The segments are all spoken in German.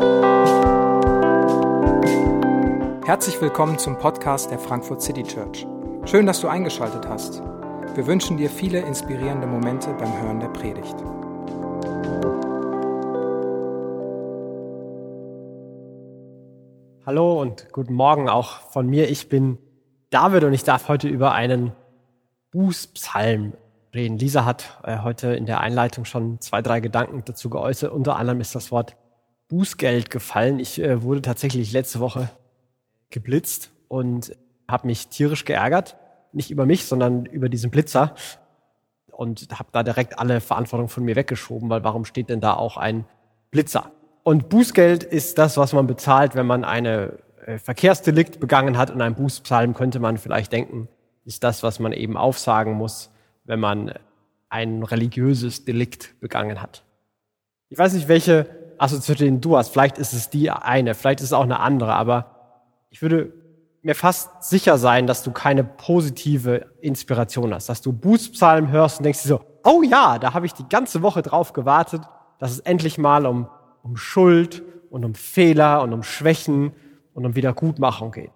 Herzlich willkommen zum Podcast der Frankfurt City Church. Schön, dass du eingeschaltet hast. Wir wünschen dir viele inspirierende Momente beim Hören der Predigt. Hallo und guten Morgen auch von mir. Ich bin David und ich darf heute über einen Bußpsalm reden. Lisa hat heute in der Einleitung schon 2-3 Gedanken dazu geäußert. Unter anderem ist das Wort Bußgeld gefallen. Ich wurde tatsächlich letzte Woche geblitzt und habe mich tierisch geärgert. Nicht über mich, sondern über diesen Blitzer. Und habe da direkt alle Verantwortung von mir weggeschoben, weil warum steht denn da auch ein Blitzer? Und Bußgeld ist das, was man bezahlt, wenn man eine Verkehrsdelikt begangen hat. Und ein Bußpsalm könnte man vielleicht denken, ist das, was man eben aufsagen muss, wenn man ein religiöses Delikt begangen hat. Ich weiß nicht, welche Assoziation du hast. Vielleicht ist es die eine, vielleicht ist es auch eine andere, aber ich würde mir fast sicher sein, dass du keine positive Inspiration hast, dass du Bußpsalm hörst und denkst dir so, oh ja, da habe ich die ganze Woche drauf gewartet, dass es endlich mal um Schuld und um Fehler und um Schwächen und um Wiedergutmachung geht.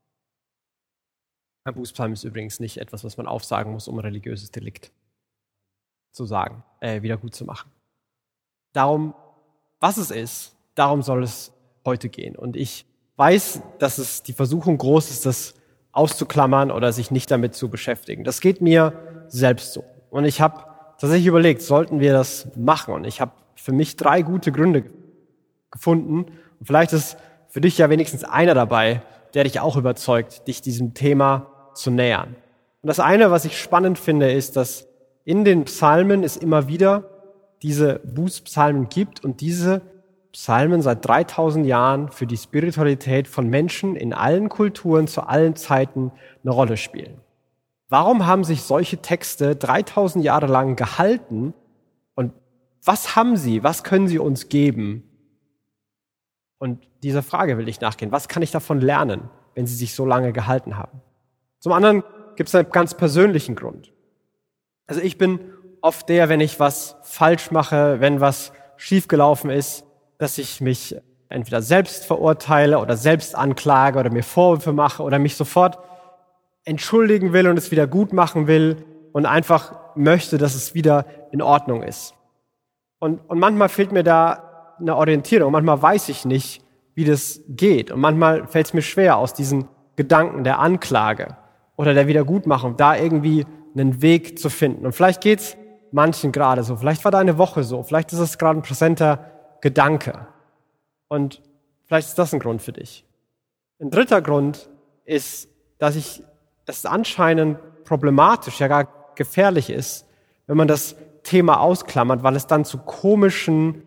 Ein Bußpsalm ist übrigens nicht etwas, was man aufsagen muss, um ein religiöses Delikt zu sagen, wieder gut zu machen. Darum, was es ist, darum soll es heute gehen. Und ich weiß, dass es die Versuchung groß ist, das auszuklammern oder sich nicht damit zu beschäftigen. Das geht mir selbst so. Und ich habe tatsächlich überlegt, sollten wir das machen? Und ich habe für mich 3 gute Gründe gefunden. Und vielleicht ist für dich ja wenigstens einer dabei, der dich auch überzeugt, dich diesem Thema zu nähern. Und das eine, was ich spannend finde, ist, dass in den Psalmen es immer wieder diese Bußpsalmen gibt und diese Psalmen seit 3000 Jahren für die Spiritualität von Menschen in allen Kulturen zu allen Zeiten eine Rolle spielen. Warum haben sich solche Texte 3000 Jahre lang gehalten und was haben sie, was können sie uns geben? Und dieser Frage will ich nachgehen. Was kann ich davon lernen, wenn sie sich so lange gehalten haben? Zum anderen gibt es einen ganz persönlichen Grund. Also ich bin oft der, wenn ich was falsch mache, wenn was schiefgelaufen ist, dass ich mich entweder selbst verurteile oder selbst anklage oder mir Vorwürfe mache oder mich sofort entschuldigen will und es wieder gut machen will und einfach möchte, dass es wieder in Ordnung ist. Und manchmal fehlt mir da eine Orientierung, manchmal weiß ich nicht, wie das geht und manchmal fällt es mir schwer, aus diesen Gedanken der Anklage oder der Wiedergutmachung da irgendwie einen Weg zu finden. Und vielleicht geht's manchen gerade so, vielleicht war deine Woche so, vielleicht ist es gerade ein präsenter Gedanke. Und vielleicht ist das ein Grund für dich. Ein dritter Grund ist, dass es anscheinend problematisch, ja gar gefährlich ist, wenn man das Thema ausklammert, weil es dann zu komischen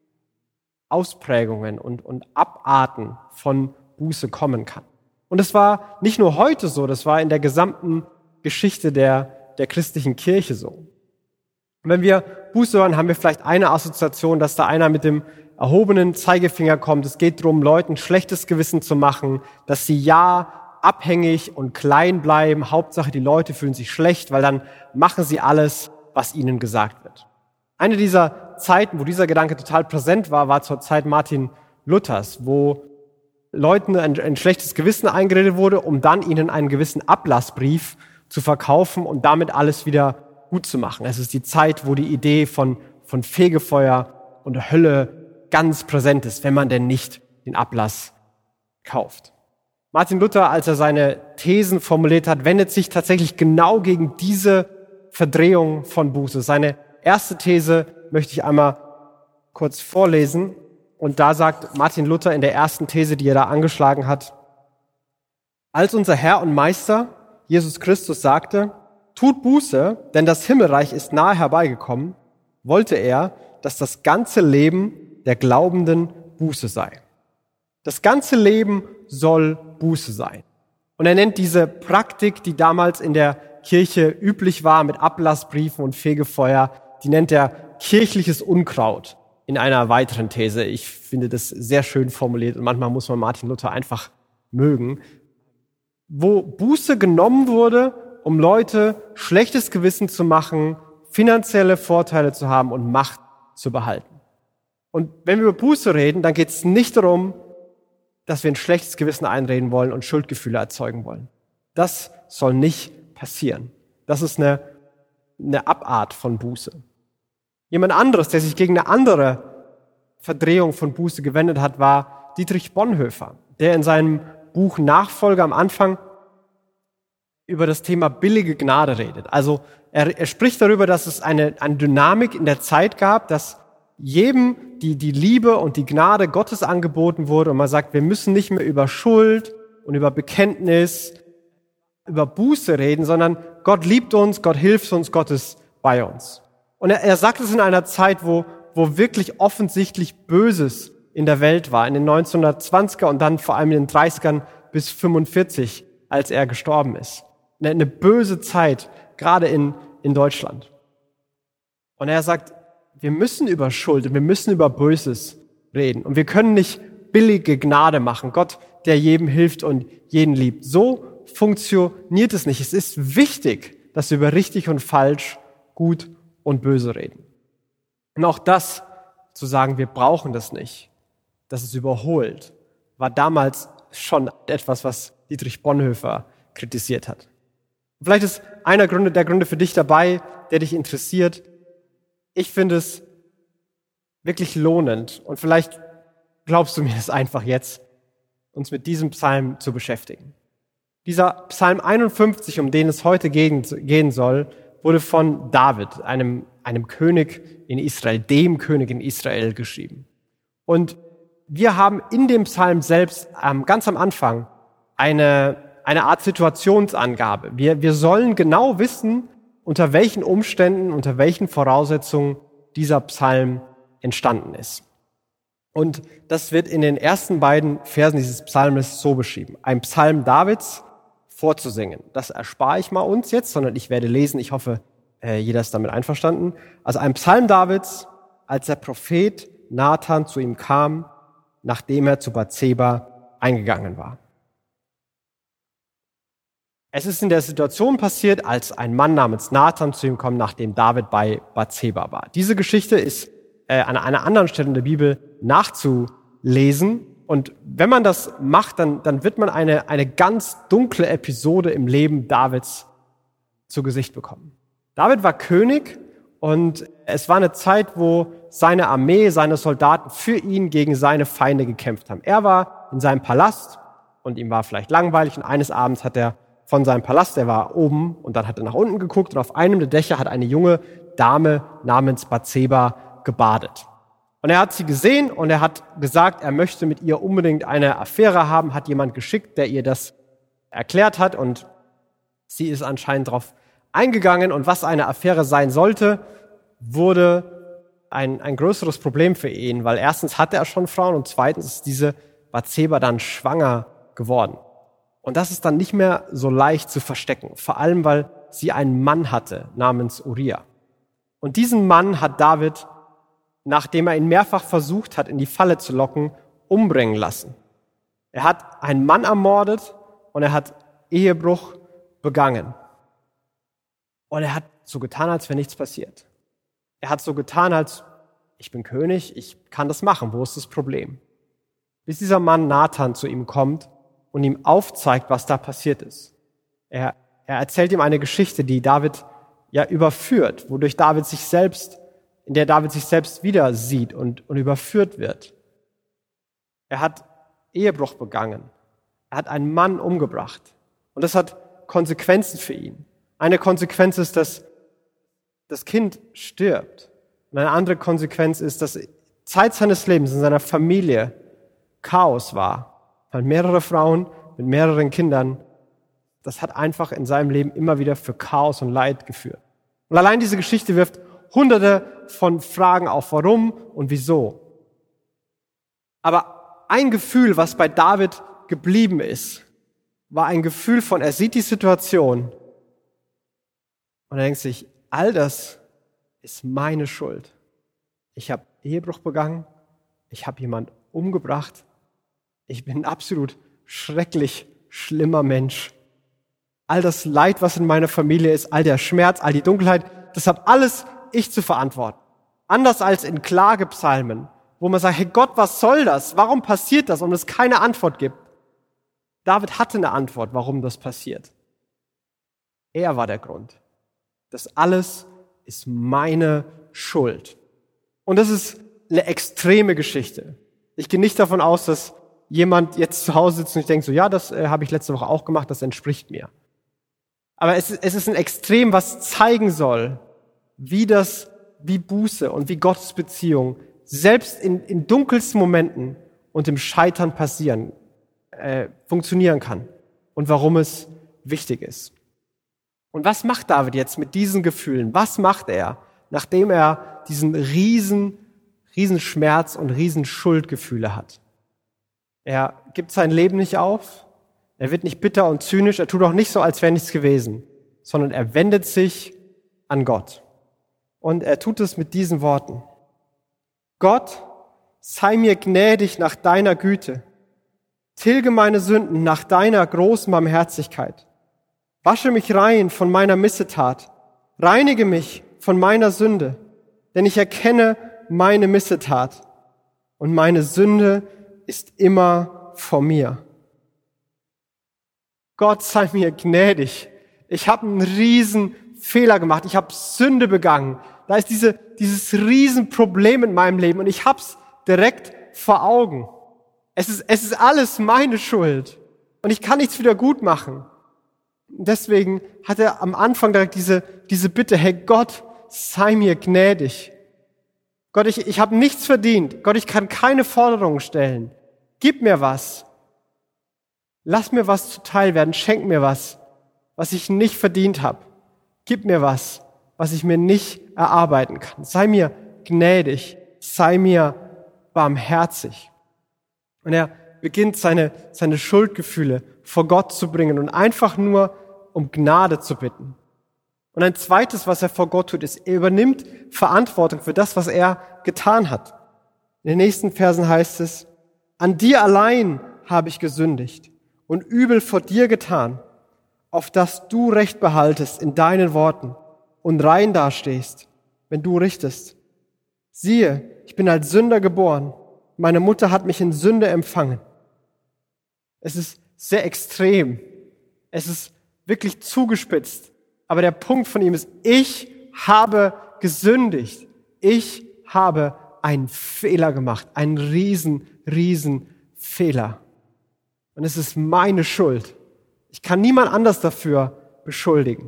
Ausprägungen und Abarten von Buße kommen kann. Und es war nicht nur heute so, das war in der gesamten Geschichte der christlichen Kirche so. Und wenn wir Buße hören, haben wir vielleicht eine Assoziation, dass da einer mit dem erhobenen Zeigefinger kommt. Es geht darum, Leuten schlechtes Gewissen zu machen, dass sie ja abhängig und klein bleiben. Hauptsache, die Leute fühlen sich schlecht, weil dann machen sie alles, was ihnen gesagt wird. Eine dieser Zeiten, wo dieser Gedanke total präsent war, war zur Zeit Martin Luthers, wo Leuten ein schlechtes Gewissen eingeredet wurde, um dann ihnen einen gewissen Ablassbrief zu verkaufen und damit alles wieder gut zu machen. Es ist die Zeit, wo die Idee von Fegefeuer und Hölle ganz präsent ist, wenn man denn nicht den Ablass kauft. Martin Luther, als er seine Thesen formuliert hat, wendet sich tatsächlich genau gegen diese Verdrehung von Buße. Seine erste These möchte ich einmal kurz vorlesen. Und da sagt Martin Luther in der ersten These, die er da angeschlagen hat: Als unser Herr und Meister Jesus Christus sagte, tut Buße, denn das Himmelreich ist nahe herbeigekommen, wollte er, dass das ganze Leben der Glaubenden Buße sei. Das ganze Leben soll Buße sein. Und er nennt diese Praktik, die damals in der Kirche üblich war, mit Ablassbriefen und Fegefeuer, die nennt er kirchliches Unkraut in einer weiteren These. Ich finde das sehr schön formuliert und manchmal muss man Martin Luther einfach mögen. Wo Buße genommen wurde, um Leute schlechtes Gewissen zu machen, finanzielle Vorteile zu haben und Macht zu behalten. Und wenn wir über Buße reden, dann geht es nicht darum, dass wir ein schlechtes Gewissen einreden wollen und Schuldgefühle erzeugen wollen. Das soll nicht passieren. Das ist eine Abart von Buße. Jemand anderes, der sich gegen eine andere Verdrehung von Buße gewendet hat, war Dietrich Bonhoeffer, der in seinem Buch Nachfolge am Anfang über das Thema billige Gnade redet. Also er spricht darüber, dass es eine Dynamik in der Zeit gab, dass jedem die Liebe und die Gnade Gottes angeboten wurde und man sagt, wir müssen nicht mehr über Schuld und über Bekenntnis, über Buße reden, sondern Gott liebt uns, Gott hilft uns, Gott ist bei uns. Und er sagt es in einer Zeit, wo wirklich offensichtlich Böses in der Welt war, in den 1920er und dann vor allem in den 30ern bis 45, als er gestorben ist. Eine böse Zeit, gerade in Deutschland. Und er sagt, wir müssen über Schuld und wir müssen über Böses reden. Und wir können nicht billige Gnade machen. Gott, der jedem hilft und jeden liebt. So funktioniert es nicht. Es ist wichtig, dass wir über richtig und falsch, gut und böse reden. Und auch das zu sagen, wir brauchen das nicht, das ist überholt, war damals schon etwas, was Dietrich Bonhoeffer kritisiert hat. Vielleicht ist einer der Gründe für dich dabei, der dich interessiert. Ich finde es wirklich lohnend und vielleicht glaubst du mir das einfach jetzt, uns mit diesem Psalm zu beschäftigen. Dieser Psalm 51, um den es heute gehen soll, wurde von David, einem König in Israel, dem König in Israel geschrieben. Und wir haben in dem Psalm selbst ganz am Anfang eine Art Situationsangabe. Wir sollen genau wissen, unter welchen Umständen, unter welchen Voraussetzungen dieser Psalm entstanden ist. Und das wird in den ersten beiden Versen dieses Psalmes so beschrieben. Ein Psalm Davids vorzusingen. Das erspare ich mal uns jetzt, sondern ich werde lesen. Ich hoffe, jeder ist damit einverstanden. Also ein Psalm Davids, als der Prophet Nathan zu ihm kam, nachdem er zu Bathseba eingegangen war. Es ist in der Situation passiert, als ein Mann namens Nathan zu ihm kommt, nachdem David bei Bathseba war. Diese Geschichte ist an einer anderen Stelle in der Bibel nachzulesen. Und wenn man das macht, dann wird man eine ganz dunkle Episode im Leben Davids zu Gesicht bekommen. David war König und es war eine Zeit, wo seine Armee, seine Soldaten für ihn gegen seine Feinde gekämpft haben. Er war in seinem Palast und ihm war vielleicht langweilig und eines Abends hat er von seinem Palast, der war oben und dann hat er nach unten geguckt und auf einem der Dächer hat eine junge Dame namens Bathseba gebadet. Und er hat sie gesehen und er hat gesagt, er möchte mit ihr unbedingt eine Affäre haben, hat jemand geschickt, der ihr das erklärt hat und sie ist anscheinend darauf eingegangen und was eine Affäre sein sollte, wurde ein größeres Problem für ihn, weil erstens hatte er schon Frauen und zweitens ist diese Bathseba dann schwanger geworden. Und das ist dann nicht mehr so leicht zu verstecken, vor allem, weil sie einen Mann hatte namens Uriah. Und diesen Mann hat David, nachdem er ihn mehrfach versucht hat, in die Falle zu locken, umbringen lassen. Er hat einen Mann ermordet und er hat Ehebruch begangen. Und er hat so getan, als wäre nichts passiert. Er hat so getan, als ich bin König, ich kann das machen, wo ist das Problem? Bis dieser Mann Nathan zu ihm kommt und ihm aufzeigt, was da passiert ist. Er erzählt ihm eine Geschichte, die David ja überführt, in der David sich selbst wieder sieht und überführt wird. Er hat Ehebruch begangen. Er hat einen Mann umgebracht. Und das hat Konsequenzen für ihn. Eine Konsequenz ist, dass das Kind stirbt. Und eine andere Konsequenz ist, dass Zeit seines Lebens in seiner Familie Chaos war. Er hat mehrere Frauen mit mehreren Kindern. Das hat einfach in seinem Leben immer wieder für Chaos und Leid geführt. Und allein diese Geschichte wirft hunderte von Fragen auf, warum und wieso. Aber ein Gefühl, was bei David geblieben ist, war ein Gefühl von, er sieht die Situation und er denkt sich, all das ist meine Schuld. Ich habe Ehebruch begangen, ich habe jemanden umgebracht, ich bin ein absolut schrecklich schlimmer Mensch. All das Leid, was in meiner Familie ist, all der Schmerz, all die Dunkelheit, das habe alles ich zu verantworten. Anders als in Klagepsalmen wo man sagt, hey Gott, was soll das? Warum passiert das? Und es keine Antwort gibt. David hatte eine Antwort, warum das passiert. Er war der Grund. Das alles ist meine Schuld. Und das ist eine extreme Geschichte. Ich gehe nicht davon aus, dass jemand jetzt zu Hause sitzt und ich denke so, ja, das habe ich letzte Woche auch gemacht, das entspricht mir. Aber es ist ein Extrem, was zeigen soll, wie Buße und wie Gottes Beziehung selbst in dunkelsten Momenten und im Scheitern funktionieren kann und warum es wichtig ist. Und was macht David jetzt mit diesen Gefühlen? Was macht er, nachdem er diesen riesen Schmerz und riesen Schuldgefühle hat? Er gibt sein Leben nicht auf, er wird nicht bitter und zynisch, er tut auch nicht so, als wäre nichts gewesen, sondern er wendet sich an Gott. Und er tut es mit diesen Worten. Gott, sei mir gnädig nach deiner Güte. Tilge meine Sünden nach deiner großen Barmherzigkeit. Wasche mich rein von meiner Missetat. Reinige mich von meiner Sünde. Denn ich erkenne meine Missetat. Und meine Sünde ist immer vor mir. Gott sei mir gnädig. Ich habe einen riesen Fehler gemacht. Ich habe Sünde begangen. Da ist dieses Riesenproblem in meinem Leben und ich hab's direkt vor Augen. Es ist alles meine Schuld und ich kann nichts wieder gut machen. Und deswegen hat er am Anfang direkt diese Bitte, hey Gott, sei mir gnädig. Gott, ich habe nichts verdient. Gott, ich kann keine Forderungen stellen. Gib mir was. Lass mir was zuteil werden. Schenk mir was ich nicht verdient habe. Gib mir was ich mir nicht erarbeiten kann. Sei mir gnädig. Sei mir barmherzig. Und er beginnt seine Schuldgefühle vor Gott zu bringen und einfach nur um Gnade zu bitten. Und ein zweites, was er vor Gott tut, ist, er übernimmt Verantwortung für das, was er getan hat. In den nächsten Versen heißt es, an dir allein habe ich gesündigt und übel vor dir getan, auf dass du Recht behaltest in deinen Worten und rein dastehst, wenn du richtest. Siehe, ich bin als Sünder geboren, meine Mutter hat mich in Sünde empfangen. Es ist sehr extrem, es ist wirklich zugespitzt, aber der Punkt von ihm ist, ich habe gesündigt, ich habe einen Fehler gemacht, einen riesen Fehler. Und es ist meine Schuld. Ich kann niemand anders dafür beschuldigen.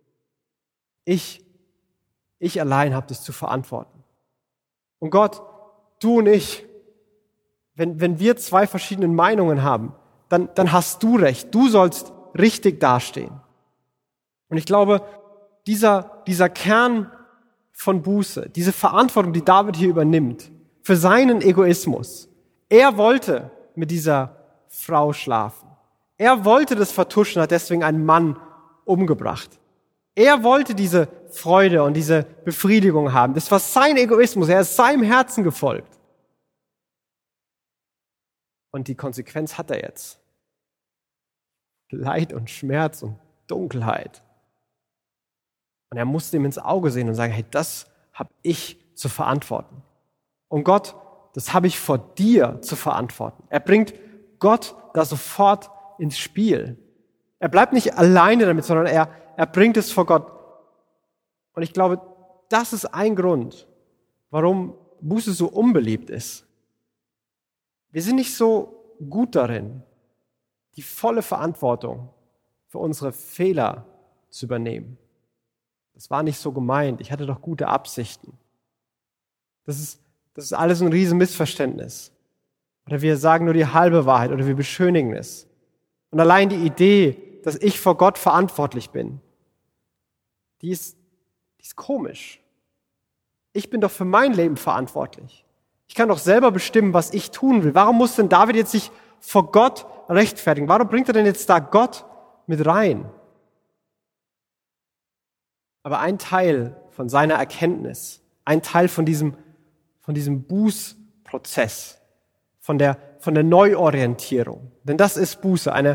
Ich allein habe das zu verantworten. Und Gott, du und ich, wenn wir zwei verschiedene Meinungen haben, dann hast du recht. Du sollst richtig dastehen. Und ich glaube, dieser Kern von Buße, diese Verantwortung, die David hier übernimmt, für seinen Egoismus. Er wollte mit dieser Frau schlafen. Er wollte das vertuschen, hat deswegen einen Mann umgebracht. Er wollte diese Freude und diese Befriedigung haben. Das war sein Egoismus. Er ist seinem Herzen gefolgt. Und die Konsequenz hat er jetzt. Leid und Schmerz und Dunkelheit. Und er musste ihm ins Auge sehen und sagen, hey, das habe ich zu verantworten. Und Gott, das habe ich vor dir zu verantworten. Er bringt Gott da sofort ins Spiel. Er bleibt nicht alleine damit, sondern er bringt es vor Gott. Und ich glaube, das ist ein Grund, warum Buße so unbeliebt ist. Wir sind nicht so gut darin, die volle Verantwortung für unsere Fehler zu übernehmen. Das war nicht so gemeint. Ich hatte doch gute Absichten. Das ist alles ein riesen Missverständnis. Oder wir sagen nur die halbe Wahrheit oder wir beschönigen es. Und allein die Idee, dass ich vor Gott verantwortlich bin, die ist komisch. Ich bin doch für mein Leben verantwortlich. Ich kann doch selber bestimmen, was ich tun will. Warum muss denn David jetzt sich vor Gott rechtfertigen? Warum bringt er denn jetzt da Gott mit rein? Aber ein Teil von seiner Erkenntnis, ein Teil von diesem Bußprozess, von der Neuorientierung, denn das ist Buße, eine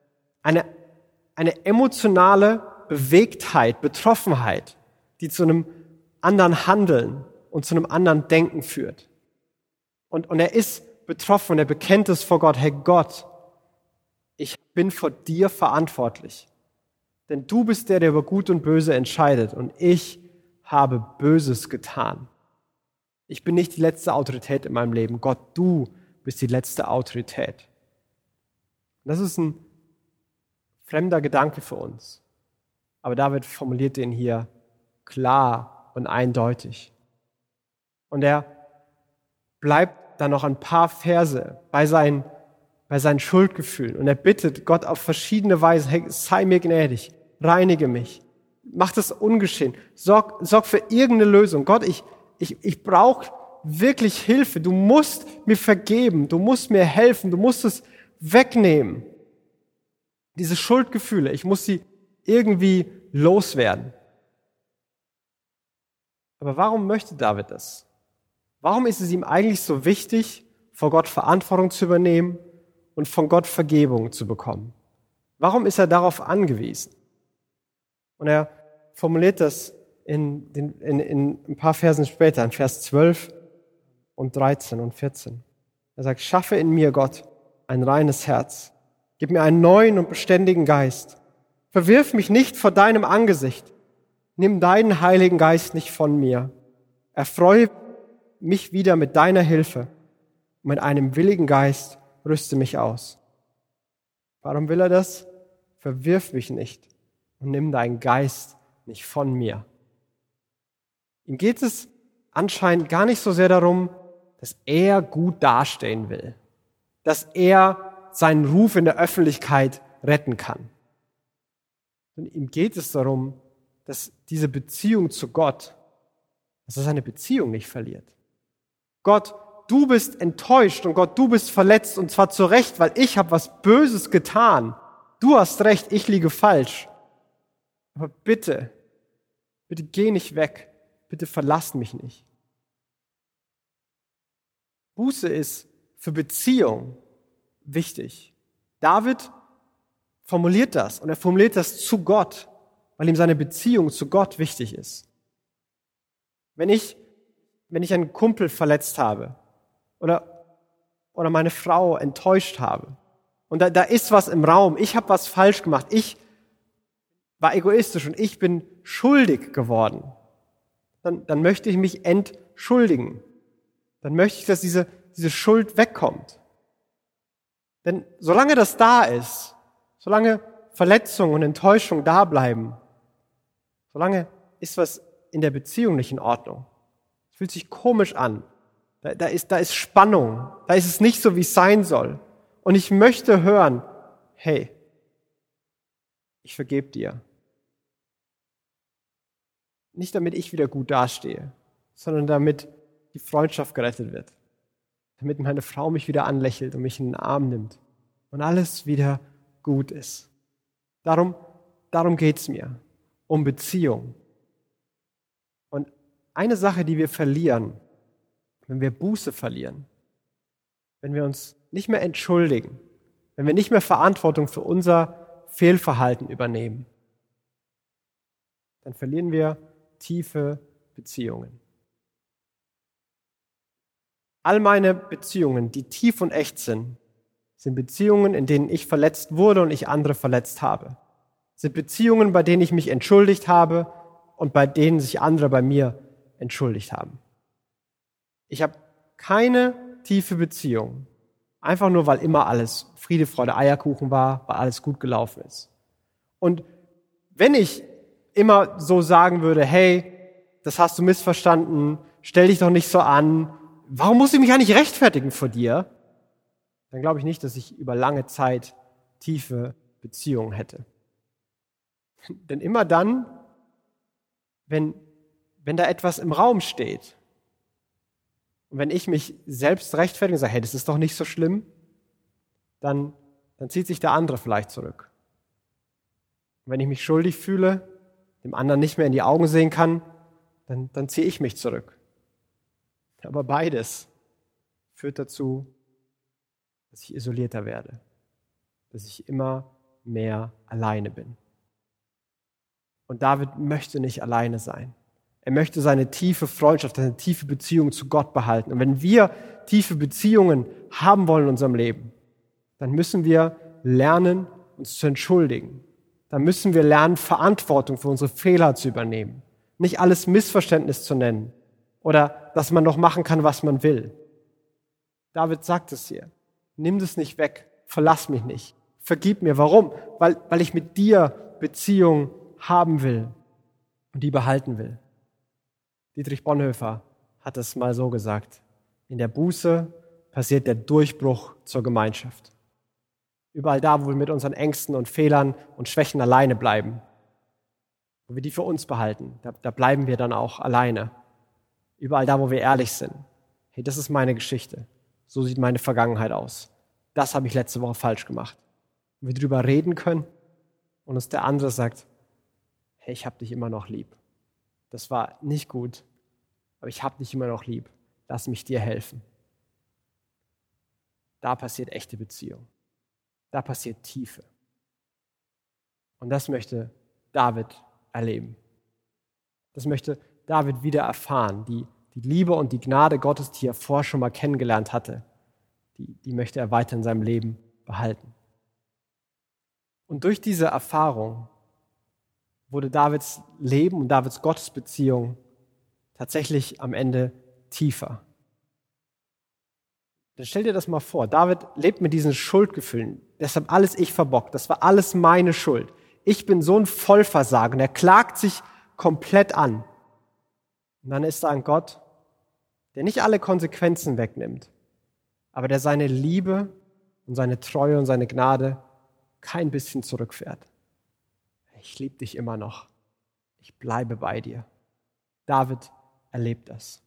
emotionale Bewegtheit, Betroffenheit, die zu einem anderen Handeln und zu einem anderen Denken führt. Und er ist betroffen und er bekennt es vor Gott. Hey Gott, ich bin vor dir verantwortlich. Denn du bist der über Gut und Böse entscheidet. Und ich habe Böses getan. Ich bin nicht die letzte Autorität in meinem Leben. Gott, du bist die letzte Autorität. Das ist ein fremder Gedanke für uns. Aber David formuliert den hier klar und eindeutig. Und er bleibt dann noch ein paar Verse bei seinen Schuldgefühlen. Und er bittet Gott auf verschiedene Weisen, hey, sei mir gnädig, reinige mich, mach das ungeschehen, sorg für irgendeine Lösung. Gott, ich brauche wirklich Hilfe. Du musst mir vergeben, du musst mir helfen, du musst es wegnehmen. Diese Schuldgefühle, ich muss sie irgendwie loswerden. Aber warum möchte David das? Warum ist es ihm eigentlich so wichtig, vor Gott Verantwortung zu übernehmen und von Gott Vergebung zu bekommen? Warum ist er darauf angewiesen? Und er formuliert das in ein paar Versen später, in Vers 12 und 13 und 14. Er sagt, schaffe in mir, Gott, ein reines Herz. Gib mir einen neuen und beständigen Geist. Verwirf mich nicht vor deinem Angesicht. Nimm deinen Heiligen Geist nicht von mir. Erfreue mich wieder mit deiner Hilfe. Und mit einem willigen Geist rüste mich aus. Warum will er das? Verwirf mich nicht und nimm deinen Geist nicht von mir. Ihm geht es anscheinend gar nicht so sehr darum, dass er gut dastehen will, dass er seinen Ruf in der Öffentlichkeit retten kann. Und ihm geht es darum, dass diese Beziehung zu Gott, dass er seine Beziehung nicht verliert. Gott, du bist enttäuscht und Gott, du bist verletzt und zwar zu Recht, weil ich habe was Böses getan. Du hast recht, ich liege falsch. Aber bitte geh nicht weg. Bitte verlass mich nicht. Buße ist für Beziehung wichtig. David formuliert das und er formuliert das zu Gott, weil ihm seine Beziehung zu Gott wichtig ist. Wenn ich einen Kumpel verletzt habe oder meine Frau enttäuscht habe und da ist was im Raum, ich habe was falsch gemacht, ich war egoistisch und ich bin schuldig geworden, dann möchte ich mich entschuldigen. Dann möchte ich, dass diese Schuld wegkommt. Denn solange das da ist, solange Verletzung und Enttäuschung da bleiben, solange ist was in der Beziehung nicht in Ordnung. Es fühlt sich komisch an. Da ist Spannung. Da ist es nicht so, wie es sein soll. Und ich möchte hören, hey, ich vergebe dir. Nicht damit ich wieder gut dastehe, sondern damit die Freundschaft gerettet wird. Damit meine Frau mich wieder anlächelt und mich in den Arm nimmt. Und alles wieder gut ist. Darum geht's mir. Um Beziehung. Und eine Sache, die wir verlieren, wenn wir Buße verlieren, wenn wir uns nicht mehr entschuldigen, wenn wir nicht mehr Verantwortung für unser Fehlverhalten übernehmen, dann verlieren wir tiefe Beziehungen. All meine Beziehungen, die tief und echt sind Beziehungen, in denen ich verletzt wurde und ich andere verletzt habe. Sind Beziehungen, bei denen ich mich entschuldigt habe und bei denen sich andere bei mir entschuldigt haben. Ich habe keine tiefe Beziehung, einfach nur, weil immer alles Friede, Freude, Eierkuchen war, weil alles gut gelaufen ist. Und wenn ich immer so sagen würde, hey, das hast du missverstanden, stell dich doch nicht so an, warum muss ich mich eigentlich rechtfertigen vor dir? Dann glaube ich nicht, dass ich über lange Zeit tiefe Beziehungen hätte. Denn immer dann, wenn da etwas im Raum steht und wenn ich mich selbst rechtfertige und sage, hey, das ist doch nicht so schlimm, dann zieht sich der andere vielleicht zurück. Und wenn ich mich schuldig fühle, dem anderen nicht mehr in die Augen sehen kann, dann ziehe ich mich zurück. Aber beides führt dazu, dass ich isolierter werde, dass ich immer mehr alleine bin. Und David möchte nicht alleine sein. Er möchte seine tiefe Freundschaft, seine tiefe Beziehung zu Gott behalten. Und wenn wir tiefe Beziehungen haben wollen in unserem Leben, dann müssen wir lernen, uns zu entschuldigen. Dann müssen wir lernen, Verantwortung für unsere Fehler zu übernehmen. Nicht alles Missverständnis zu nennen oder dass man noch machen kann, was man will. David sagt es hier. Nimm das nicht weg. Verlass mich nicht. Vergib mir. Warum? Weil ich mit dir Beziehung haben will und die behalten will. Dietrich Bonhoeffer hat es mal so gesagt. In der Buße passiert der Durchbruch zur Gemeinschaft. Überall da, wo wir mit unseren Ängsten und Fehlern und Schwächen alleine bleiben, wo wir die für uns behalten, da bleiben wir dann auch alleine. Überall da, wo wir ehrlich sind. Hey, das ist meine Geschichte. So sieht meine Vergangenheit aus. Das habe ich letzte Woche falsch gemacht. Und wir darüber reden können und uns der andere sagt, hey, ich habe dich immer noch lieb. Das war nicht gut, aber ich habe dich immer noch lieb. Lass mich dir helfen. Da passiert echte Beziehung. Da passiert Tiefe. Und das möchte David erleben. Das möchte David wieder erfahren. Die Liebe und die Gnade Gottes, die er vorher schon mal kennengelernt hatte, die möchte er weiter in seinem Leben behalten. Und durch diese Erfahrung wurde Davids Leben und Davids Gottesbeziehung tatsächlich am Ende tiefer. Dann stell dir das mal vor, David lebt mit diesen Schuldgefühlen. Deshalb alles ich verbockt, das war alles meine Schuld. Ich bin so ein Vollversager und er klagt sich komplett an. Und dann ist da ein Gott, der nicht alle Konsequenzen wegnimmt, aber der seine Liebe und seine Treue und seine Gnade kein bisschen zurückfährt. Ich liebe dich immer noch. Ich bleibe bei dir. David erlebt das.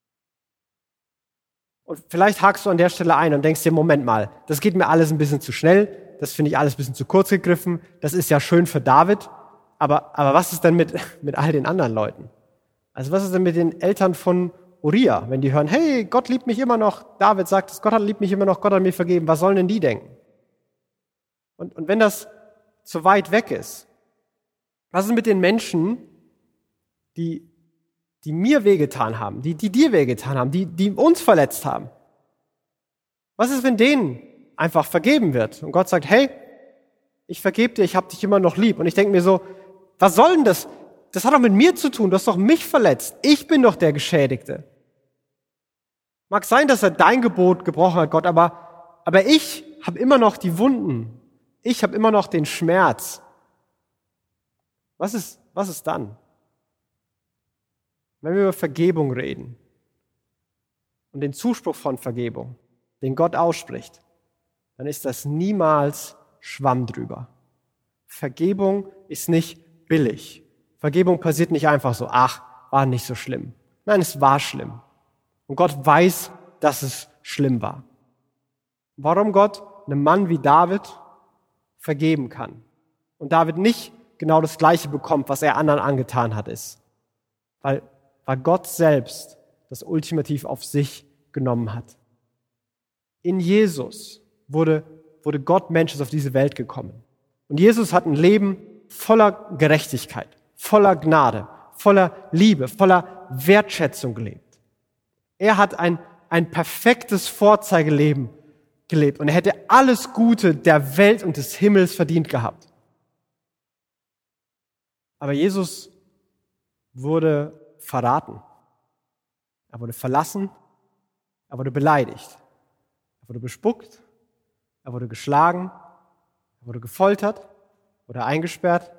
Und vielleicht hakst du an der Stelle ein und denkst dir, Moment mal, das geht mir alles ein bisschen zu schnell, das finde ich alles ein bisschen zu kurz gegriffen, das ist ja schön für David, aber was ist denn mit all den anderen Leuten? Also was ist denn mit den Eltern von Uriah, wenn die hören, hey, Gott liebt mich immer noch, David sagt es, Gott liebt mich immer noch, Gott hat mir vergeben, was sollen denn die denken? Und wenn das zu weit weg ist, was ist mit den Menschen, die mir wehgetan haben, die dir wehgetan haben, die uns verletzt haben? Was ist, wenn denen einfach vergeben wird und Gott sagt, hey, ich vergebe dir, ich habe dich immer noch lieb. Und ich denke mir so, was soll denn das? Das hat doch mit mir zu tun, du hast doch mich verletzt. Ich bin doch der Geschädigte. Mag sein, dass er dein Gebot gebrochen hat, Gott, aber ich habe immer noch die Wunden. Ich habe immer noch den Schmerz. Was ist dann? Wenn wir über Vergebung reden und den Zuspruch von Vergebung, den Gott ausspricht, dann ist das niemals Schwamm drüber. Vergebung ist nicht billig. Vergebung passiert nicht einfach so, ach, war nicht so schlimm. Nein, es war schlimm. Und Gott weiß, dass es schlimm war. Warum Gott einem Mann wie David vergeben kann und David nicht genau das Gleiche bekommt, was er anderen angetan hat, ist, weil Gott selbst das ultimativ auf sich genommen hat. In Jesus wurde Gott Mensch, ist auf diese Welt gekommen. Und Jesus hat ein Leben voller Gerechtigkeit, voller Gnade, voller Liebe, voller Wertschätzung gelebt. Er hat ein perfektes Vorzeigeleben gelebt und er hätte alles Gute der Welt und des Himmels verdient gehabt. Aber Jesus wurde verraten. Er wurde verlassen, er wurde beleidigt, er wurde bespuckt, er wurde geschlagen, er wurde gefoltert, wurde eingesperrt,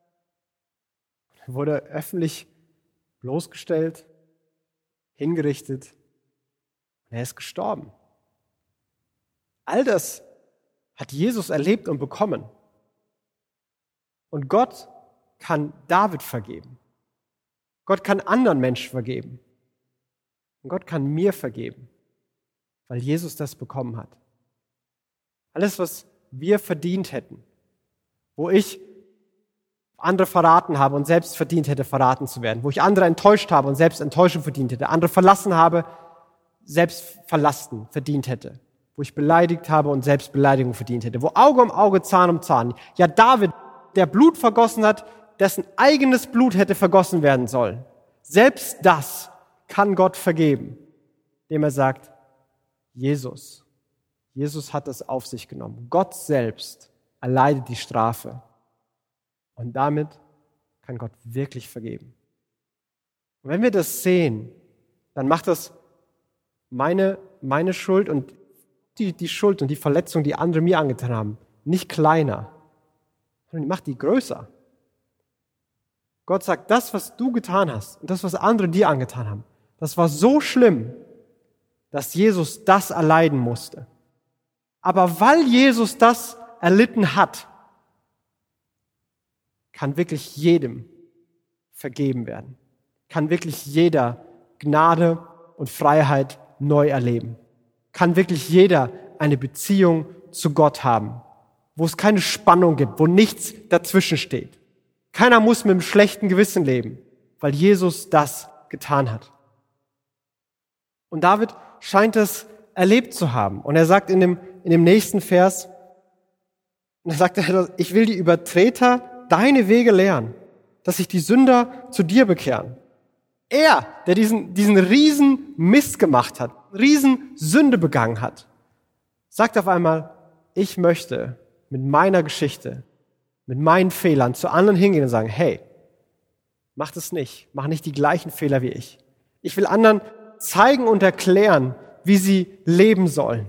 er wurde öffentlich bloßgestellt, hingerichtet und er ist gestorben. All das hat Jesus erlebt und bekommen. Und Gott kann David vergeben. Gott kann anderen Menschen vergeben. Und Gott kann mir vergeben, weil Jesus das bekommen hat. Alles, was wir verdient hätten, wo ich andere verraten habe und selbst verdient hätte, verraten zu werden, wo ich andere enttäuscht habe und selbst Enttäuschung verdient hätte, andere verlassen habe, selbst verlassen verdient hätte, wo ich beleidigt habe und selbst Beleidigung verdient hätte, wo Auge um Auge, Zahn um Zahn. Ja, David, der Blut vergossen hat, dessen eigenes Blut hätte vergossen werden sollen. Selbst das kann Gott vergeben, indem er sagt, Jesus hat das auf sich genommen. Gott selbst erleidet die Strafe. Und damit kann Gott wirklich vergeben. Und wenn wir das sehen, dann macht das meine Schuld und die Schuld und die Verletzung, die andere mir angetan haben, nicht kleiner, sondern die macht die größer. Gott sagt, das, was du getan hast und das, was andere dir angetan haben, das war so schlimm, dass Jesus das erleiden musste. Aber weil Jesus das erlitten hat, kann wirklich jedem vergeben werden. Kann wirklich jeder Gnade und Freiheit neu erleben. Kann wirklich jeder eine Beziehung zu Gott haben, wo es keine Spannung gibt, wo nichts dazwischen steht. Keiner muss mit einem schlechten Gewissen leben, weil Jesus das getan hat. Und David scheint es erlebt zu haben. Und er sagt in dem nächsten Vers, ich will die Übertreter deine Wege lehren, dass sich die Sünder zu dir bekehren. Er, der diesen riesen Mist gemacht hat, riesen Sünde begangen hat, sagt auf einmal, ich möchte mit meiner Geschichte, mit meinen Fehlern zu anderen hingehen und sagen, hey, mach das nicht, mach nicht die gleichen Fehler wie ich. Ich will anderen zeigen und erklären, wie sie leben sollen.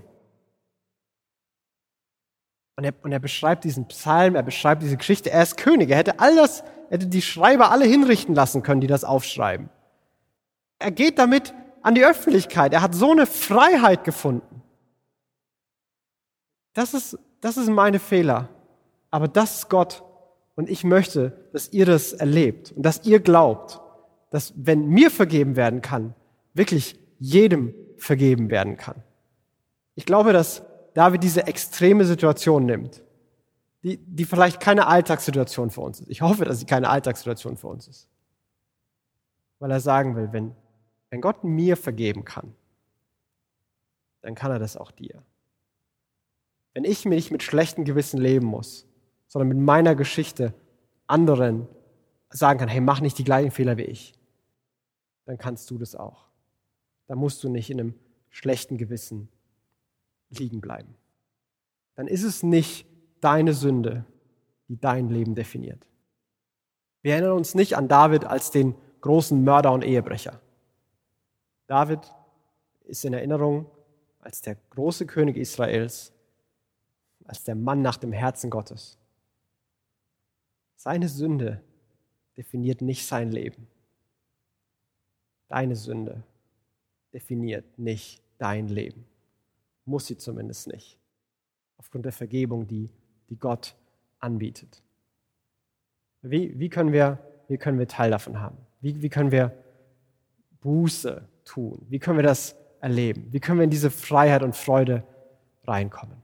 Und er beschreibt diesen Psalm, er beschreibt diese Geschichte, er ist König, er hätte die Schreiber alle hinrichten lassen können, die das aufschreiben. Er geht damit an die Öffentlichkeit, er hat so eine Freiheit gefunden. Das ist meine Fehler, aber das ist Gott und ich möchte, dass ihr das erlebt und dass ihr glaubt, dass wenn mir vergeben werden kann, wirklich jedem vergeben werden kann. Ich glaube, dass David diese extreme Situation nimmt, die vielleicht keine Alltagssituation für uns ist. Ich hoffe, dass sie keine Alltagssituation für uns ist. Weil er sagen will, wenn Gott mir vergeben kann, dann kann er das auch dir. Wenn ich nicht mit schlechtem Gewissen leben muss, sondern mit meiner Geschichte anderen sagen kann, hey, mach nicht die gleichen Fehler wie ich, dann kannst du das auch. Dann musst du nicht in einem schlechten Gewissen liegen bleiben. Dann ist es nicht deine Sünde, die dein Leben definiert. Wir erinnern uns nicht an David als den großen Mörder und Ehebrecher. David ist in Erinnerung als der große König Israels, als der Mann nach dem Herzen Gottes. Seine Sünde definiert nicht sein Leben. Deine Sünde definiert nicht dein Leben. Muss sie zumindest nicht. Aufgrund der Vergebung, die Gott anbietet. Wie können wir Teil davon haben? Wie können wir Buße tun? Wie können wir das erleben? Wie können wir in diese Freiheit und Freude reinkommen?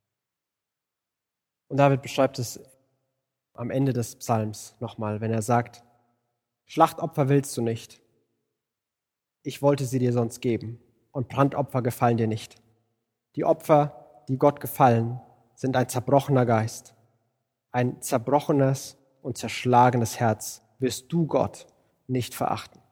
Und David beschreibt es am Ende des Psalms nochmal, wenn er sagt, Schlachtopfer willst du nicht. Ich wollte sie dir sonst geben und Brandopfer gefallen dir nicht. Die Opfer, die Gott gefallen, sind ein zerbrochener Geist. Ein zerbrochenes und zerschlagenes Herz wirst du, Gott, nicht verachten.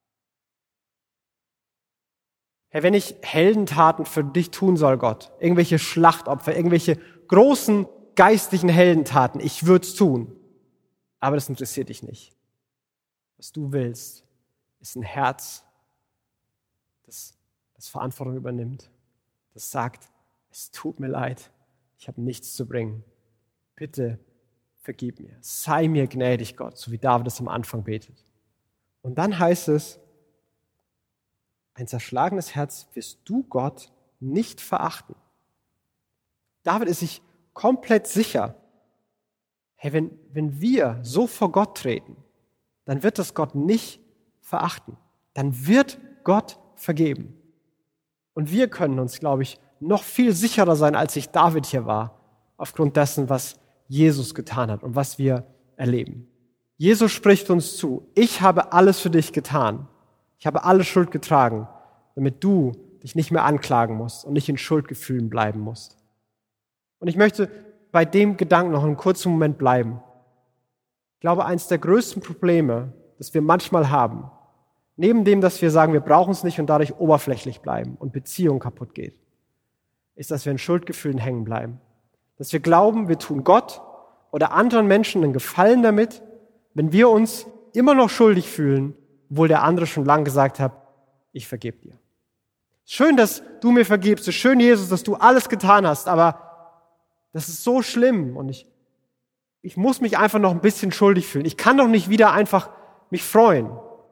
Herr, wenn ich Heldentaten für dich tun soll, Gott, irgendwelche Schlachtopfer, irgendwelche großen geistlichen Heldentaten, ich würde es tun. Aber das interessiert dich nicht. Was du willst, ist ein Herz, das Verantwortung übernimmt, das sagt, es tut mir leid, ich habe nichts zu bringen. Bitte vergib mir, sei mir gnädig, Gott, so wie David es am Anfang betet. Und dann heißt es, ein zerschlagenes Herz wirst du, Gott, nicht verachten. David ist sich komplett sicher, hey, wenn wir so vor Gott treten, dann wird das Gott nicht verachten. Dann wird Gott vergeben. Und wir können uns, glaube ich, noch viel sicherer sein, als ich David hier war, aufgrund dessen, was Jesus getan hat und was wir erleben. Jesus spricht uns zu, ich habe alles für dich getan. Ich habe alle Schuld getragen, damit du dich nicht mehr anklagen musst und nicht in Schuldgefühlen bleiben musst. Und ich möchte bei dem Gedanken noch einen kurzen Moment bleiben. Ich glaube, eines der größten Probleme, das wir manchmal haben, neben dem, dass wir sagen, wir brauchen es nicht und dadurch oberflächlich bleiben und Beziehung kaputt geht, ist, dass wir in Schuldgefühlen hängen bleiben. Dass wir glauben, wir tun Gott oder anderen Menschen einen Gefallen damit, wenn wir uns immer noch schuldig fühlen, obwohl der andere schon lange gesagt hat, ich vergebe dir. Schön, dass du mir vergibst. Es ist schön, Jesus, dass du alles getan hast, aber das ist so schlimm und ich muss mich einfach noch ein bisschen schuldig fühlen. Ich kann doch nicht wieder einfach mich freuen.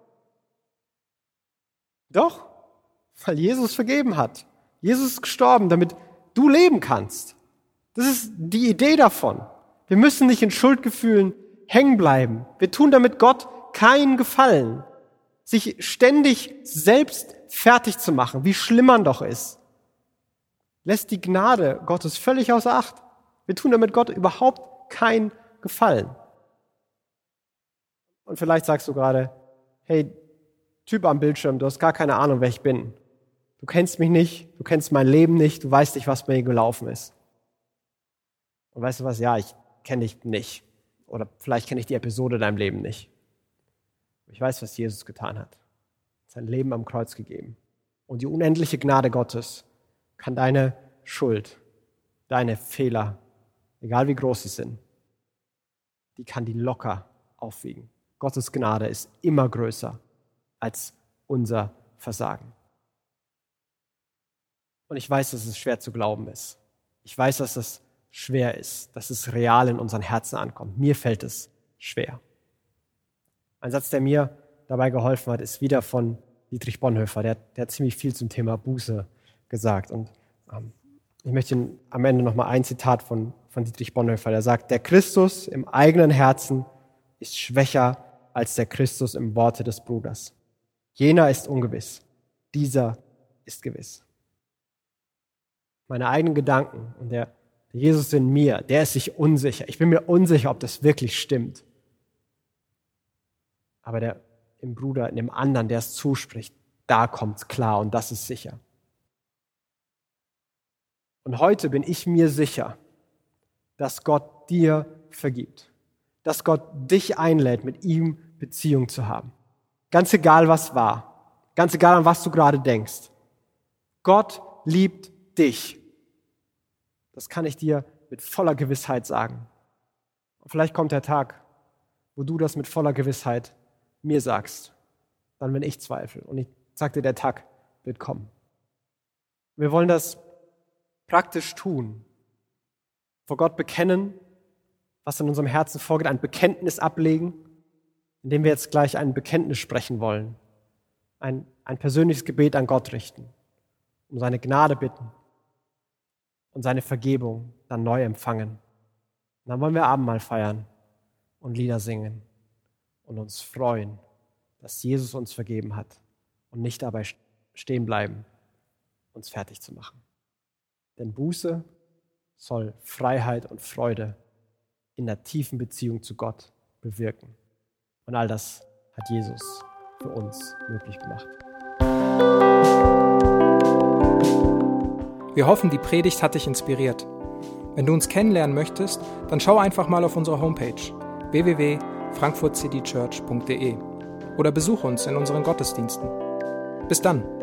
Doch, weil Jesus vergeben hat. Jesus ist gestorben, damit du leben kannst. Das ist die Idee davon. Wir müssen nicht in Schuldgefühlen hängen bleiben. Wir tun damit Gott keinen Gefallen. Sich ständig selbst fertig zu machen, wie schlimm man doch ist, lässt die Gnade Gottes völlig außer Acht. Wir tun damit Gott überhaupt keinen Gefallen. Und vielleicht sagst du gerade, hey, Typ am Bildschirm, du hast gar keine Ahnung, wer ich bin. Du kennst mich nicht, du kennst mein Leben nicht, du weißt nicht, was bei mir gelaufen ist. Und weißt du was? Ja, ich kenne dich nicht. Oder vielleicht kenne ich die Episode in deinem Leben nicht. Ich weiß, was Jesus getan hat. Sein Leben am Kreuz gegeben. Und die unendliche Gnade Gottes kann deine Schuld, deine Fehler, egal wie groß sie sind, die kann die locker aufwiegen. Gottes Gnade ist immer größer als unser Versagen. Und ich weiß, dass es schwer zu glauben ist. Ich weiß, dass es schwer ist, dass es real in unseren Herzen ankommt. Mir fällt es schwer. Ein Satz, der mir dabei geholfen hat, ist wieder von Dietrich Bonhoeffer. Der hat ziemlich viel zum Thema Buße gesagt. Und ich möchte am Ende nochmal ein Zitat von Dietrich Bonhoeffer, der sagt, der Christus im eigenen Herzen ist schwächer als der Christus im Worte des Bruders. Jener ist ungewiss, dieser ist gewiss. Meine eigenen Gedanken und der Jesus in mir, der ist sich unsicher. Ich bin mir unsicher, ob das wirklich stimmt. Aber der im Bruder, in dem anderen, der es zuspricht, da kommt's klar und das ist sicher. Und heute bin ich mir sicher, dass Gott dir vergibt. Dass Gott dich einlädt, mit ihm Beziehung zu haben. Ganz egal, was war. Ganz egal, an was du gerade denkst. Gott liebt dich. Das kann ich dir mit voller Gewissheit sagen. Und vielleicht kommt der Tag, wo du das mit voller Gewissheit mir sagst, dann wenn ich zweifle. Und ich sag dir, der Tag wird kommen. Wir wollen das praktisch tun. Vor Gott bekennen, was in unserem Herzen vorgeht, ein Bekenntnis ablegen, indem wir jetzt gleich ein Bekenntnis sprechen wollen. Ein persönliches Gebet an Gott richten, um seine Gnade bitten und seine Vergebung dann neu empfangen. Und dann wollen wir Abendmahl feiern und Lieder singen und uns freuen, dass Jesus uns vergeben hat und nicht dabei stehen bleiben, uns fertig zu machen. Denn Buße soll Freiheit und Freude in der tiefen Beziehung zu Gott bewirken. Und all das hat Jesus für uns möglich gemacht. Wir hoffen, die Predigt hat dich inspiriert. Wenn du uns kennenlernen möchtest, dann schau einfach mal auf unsere Homepage www.frankfurtcitychurch.de oder besuche uns in unseren Gottesdiensten. Bis dann!